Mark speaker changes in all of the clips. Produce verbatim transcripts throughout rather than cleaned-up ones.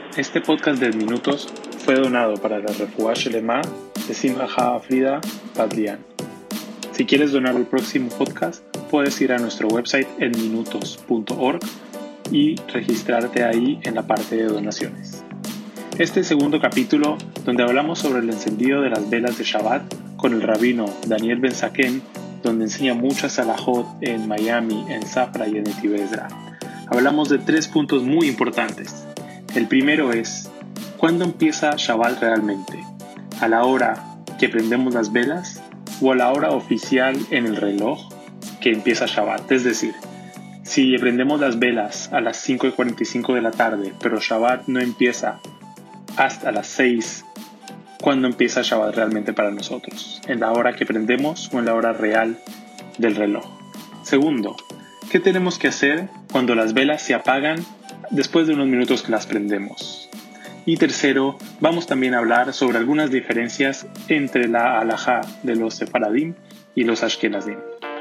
Speaker 1: Este podcast de Minutos fue donado para la Refuá Shelema de Simcha Ha'afrida Bat Lian. Si quieres donar el próximo podcast, puedes ir a nuestro website en minutos punto org y registrarte ahí en la parte de donaciones. Este es el segundo capítulo donde hablamos sobre el encendido de las velas de Shabbat con el rabino Daniel Ben Zaken, donde enseña muchas halajot en Miami, en Safra y en Netiv Ezra. Hablamos de tres puntos muy importantes. El primero es, ¿cuándo empieza Shabbat realmente? ¿A la hora que prendemos las velas o a la hora oficial en el reloj que empieza Shabbat? Es decir, si prendemos las velas a las cinco y cuarenta y cinco de la tarde, pero Shabbat no empieza hasta las seis, ¿cuándo empieza Shabbat realmente para nosotros? ¿En la hora que prendemos o en la hora real del reloj? Segundo, ¿qué tenemos que hacer cuando las velas se apagan después de unos minutos que las prendemos? Y tercero, vamos también a hablar sobre algunas diferencias entre la halajá de los sefaradim y los ashkenazim.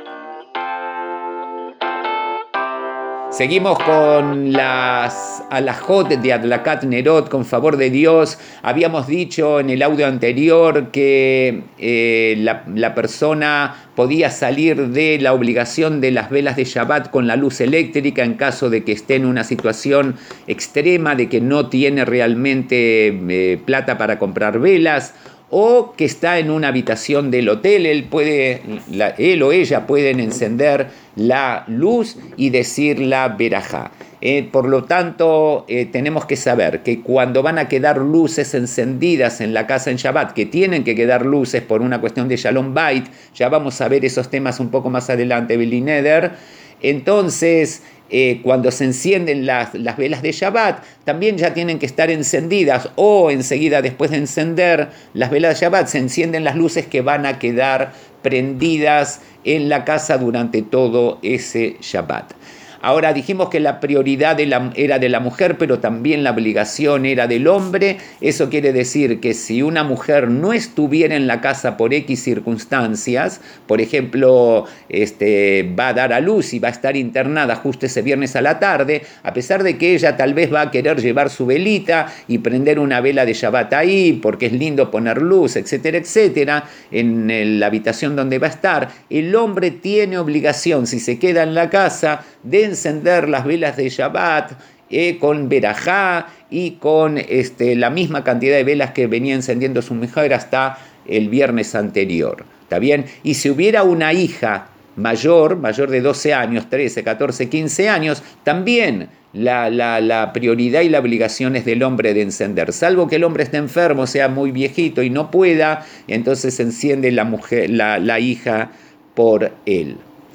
Speaker 2: Seguimos con las alajot de Adlakat Nerot, con favor de Dios. Habíamos dicho en el audio anterior que eh, la, la persona podía salir de la obligación de las velas de Shabbat con la luz eléctrica en caso de que esté en una situación extrema, de que no tiene realmente eh, plata para comprar velas, o que está en una habitación del hotel. Él, puede, la, él o ella pueden encender la luz y decir la verajá. Eh, por lo tanto, eh, tenemos que saber que cuando van a quedar luces encendidas en la casa en Shabbat, que tienen que quedar luces por una cuestión de Shalom Bait, ya vamos a ver esos temas un poco más adelante, Billy Neder. Entonces, eh, cuando se encienden las, las velas de Shabbat, también ya tienen que estar encendidas, o enseguida después de encender las velas de Shabbat, se encienden las luces que van a quedar prendidas en la casa durante todo ese Shabbat. Ahora dijimos que la prioridad de la, era de la mujer, pero también la obligación era del hombre. Eso quiere decir que si una mujer no estuviera en la casa por X circunstancias, por ejemplo, este, va a dar a luz y va a estar internada justo ese viernes a la tarde, a pesar de que ella tal vez va a querer llevar su velita y prender una vela de Shabbat ahí, porque es lindo poner luz, etcétera, etcétera, en la habitación donde va a estar, el hombre tiene obligación, si se queda en la casa, de encender las velas de Shabbat eh, con verajá y con este, la misma cantidad de velas que venía encendiendo su mujer hasta el viernes anterior. ¿Está bien? Y si hubiera una hija mayor, mayor de doce años, trece, catorce, quince años, también la, la, la prioridad y la obligación es del hombre de encender. Salvo que el hombre esté enfermo, sea muy viejito y no pueda, entonces enciende la, mujer, la, la hija por él.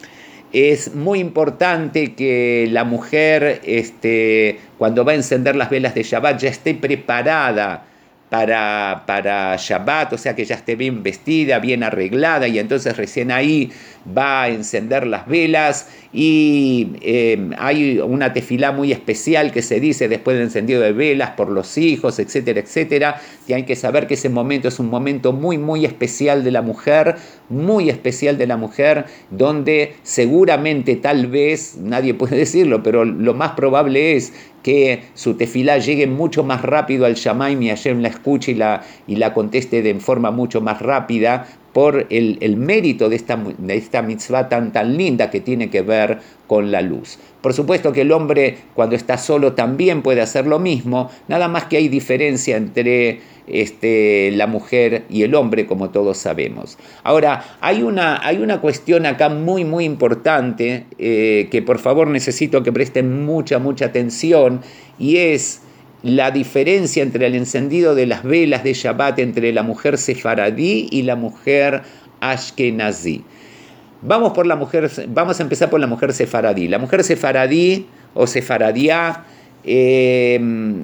Speaker 2: Es muy importante que la mujer, este, cuando va a encender las velas de Shabbat, ya esté preparada para, para Shabbat, o sea que ya esté bien vestida, bien arreglada, y entonces recién ahí va a encender las velas. Y eh, hay una tefilá muy especial que se dice después del encendido de velas por los hijos, etcétera, etcétera. Y hay que saber que ese momento es un momento muy, muy especial de la mujer, muy especial de la mujer, donde seguramente, tal vez, nadie puede decirlo, pero lo más probable es que su tefilá llegue mucho más rápido al Shamaim y Hashem la escuche y la, y la conteste de forma mucho más rápida, por el, el mérito de esta, de esta mitzvah tan, tan linda que tiene que ver con la luz. Por supuesto que el hombre, cuando está solo, también puede hacer lo mismo, nada más que hay diferencia entre este, la mujer y el hombre, como todos sabemos. Ahora, hay una, hay una cuestión acá muy, muy importante, eh, que por favor necesito que presten mucha, mucha atención, y es la diferencia entre el encendido de las velas de Shabbat entre la mujer sefaradí y la mujer ashkenazí. Vamos, por la mujer, vamos a empezar por la mujer sefaradí. La mujer sefaradí o sefaradía eh,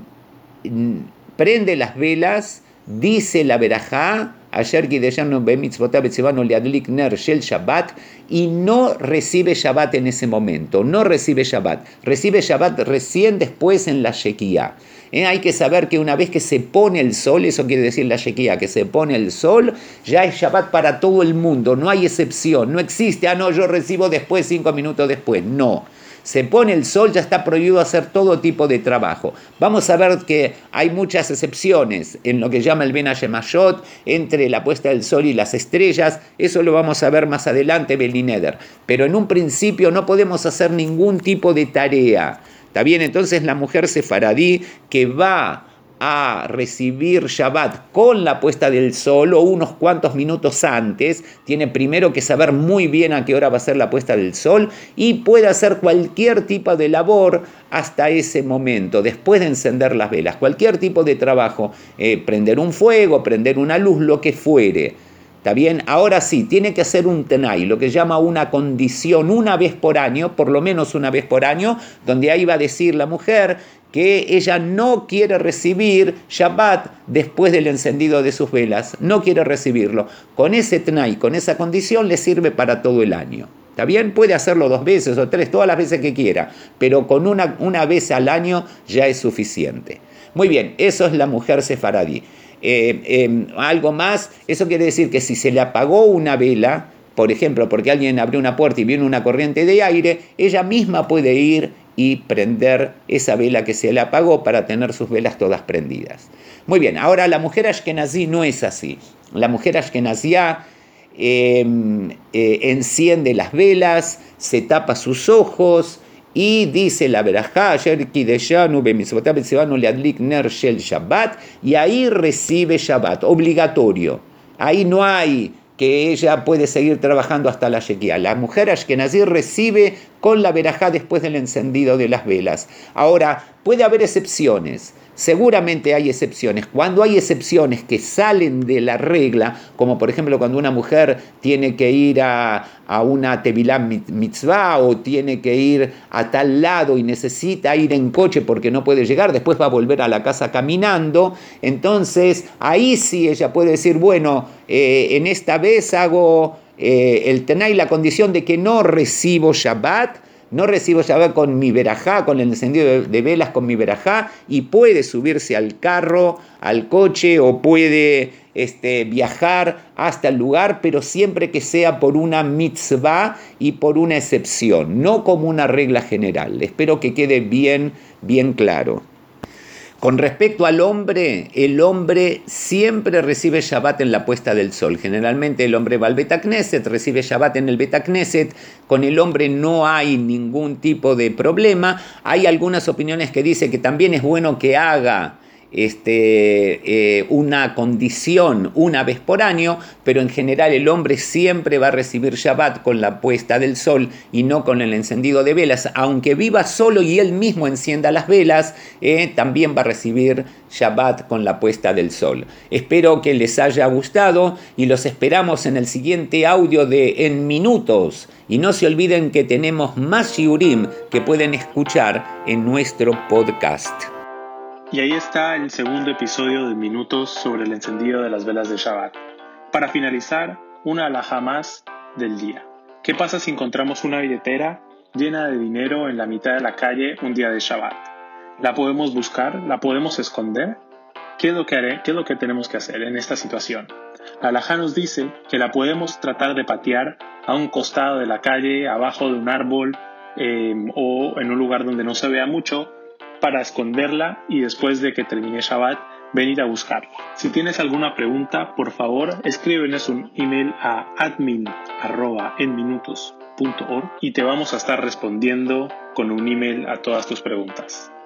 Speaker 2: prende las velas, dice la verajá, ayer Gideyanu bemitzvotav etzivanu liadlik ner shel Shabbat, y no recibe Shabbat en ese momento, no recibe Shabbat, recibe Shabbat recién después en la Shekiah. ¿Eh? Hay que saber que una vez que se pone el sol, eso quiere decir la Shekiah, que se pone el sol, ya es Shabbat para todo el mundo, no hay excepción, no existe, ah no, yo recibo después, cinco minutos después, no. Se pone el sol, ya está prohibido hacer todo tipo de trabajo. Vamos a ver que hay muchas excepciones en lo que llama el Ben Hayemashot, entre la puesta del sol y las estrellas. Eso lo vamos a ver más adelante, Beli Neder. Pero en un principio no podemos hacer ningún tipo de tarea. ¿Está bien? Entonces la mujer sefaradí que va a recibir Shabbat con la puesta del sol o unos cuantos minutos antes, tiene primero que saber muy bien a qué hora va a ser la puesta del sol y puede hacer cualquier tipo de labor hasta ese momento, después de encender las velas, cualquier tipo de trabajo, eh, prender un fuego, prender una luz, lo que fuere. ¿Está bien? Ahora sí, tiene que hacer un tenai, lo que llama una condición una vez por año, por lo menos una vez por año, donde ahí va a decir la mujer que ella no quiere recibir Shabbat después del encendido de sus velas, no quiere recibirlo. Con ese tenai, con esa condición, le sirve para todo el año. ¿Está bien? Puede hacerlo dos veces o tres, todas las veces que quiera, pero con una, una vez al año ya es suficiente. Muy bien, eso es la mujer sefaradí. Eh, eh, algo más, eso quiere decir que si se le apagó una vela, por ejemplo, porque alguien abrió una puerta y viene una corriente de aire, ella misma puede ir y prender esa vela que se le apagó para tener sus velas todas prendidas. Muy bien, ahora la mujer ashkenazí no es así. La mujer ashkenazí eh, eh, enciende las velas, se tapa sus ojos y dice la verajá, y ahí recibe Shabbat, obligatorio. Ahí no hay que ella puede seguir trabajando hasta la Shekiah. La mujer ashkenazí recibe con la verajá después del encendido de las velas. Ahora, puede haber excepciones. Seguramente hay excepciones. Cuando hay excepciones que salen de la regla, como por ejemplo cuando una mujer tiene que ir a, a una tevilá mitzvah o tiene que ir a tal lado y necesita ir en coche porque no puede llegar, después va a volver a la casa caminando, entonces ahí sí ella puede decir, bueno, eh, en esta vez hago eh, el tenai, la condición de que no recibo Shabbat, no recibo Shabbat con mi verajá, con el encendido de, de velas con mi verajá, y puede subirse al carro, al coche, o puede este, viajar hasta el lugar, pero siempre que sea por una mitzvah y por una excepción, no como una regla general. Espero que quede bien, bien claro. Con respecto al hombre, el hombre siempre recibe Shabbat en la puesta del sol. Generalmente el hombre va al Bet HaKnesset, recibe Shabbat en el Bet HaKnesset. Con el hombre no hay ningún tipo de problema. Hay algunas opiniones que dicen que también es bueno que haga Este, eh, una condición una vez por año, pero en general el hombre siempre va a recibir Shabbat con la puesta del sol y no con el encendido de velas. Aunque viva solo y él mismo encienda las velas, eh, también va a recibir Shabbat con la puesta del sol. Espero que les haya gustado y los esperamos en el siguiente audio de En Minutos. Y no se olviden que tenemos más shiurim que pueden escuchar en nuestro podcast.
Speaker 1: Y ahí está el segundo episodio de Minutos sobre el encendido de las velas de Shabbat. Para finalizar, una alajá más del día. ¿Qué pasa si encontramos una billetera llena de dinero en la mitad de la calle un día de Shabbat? ¿La podemos buscar? ¿La podemos esconder? ¿Qué es lo que haré? ¿Qué es lo que tenemos que hacer en esta situación? La alajá nos dice que la podemos tratar de patear a un costado de la calle, abajo de un árbol eh, o en un lugar donde no se vea mucho, para esconderla y después de que termine Shabbat, venir a buscarla. Si tienes alguna pregunta, por favor, escríbenos un email a admin arroba en minutos punto org y te vamos a estar respondiendo con un email a todas tus preguntas.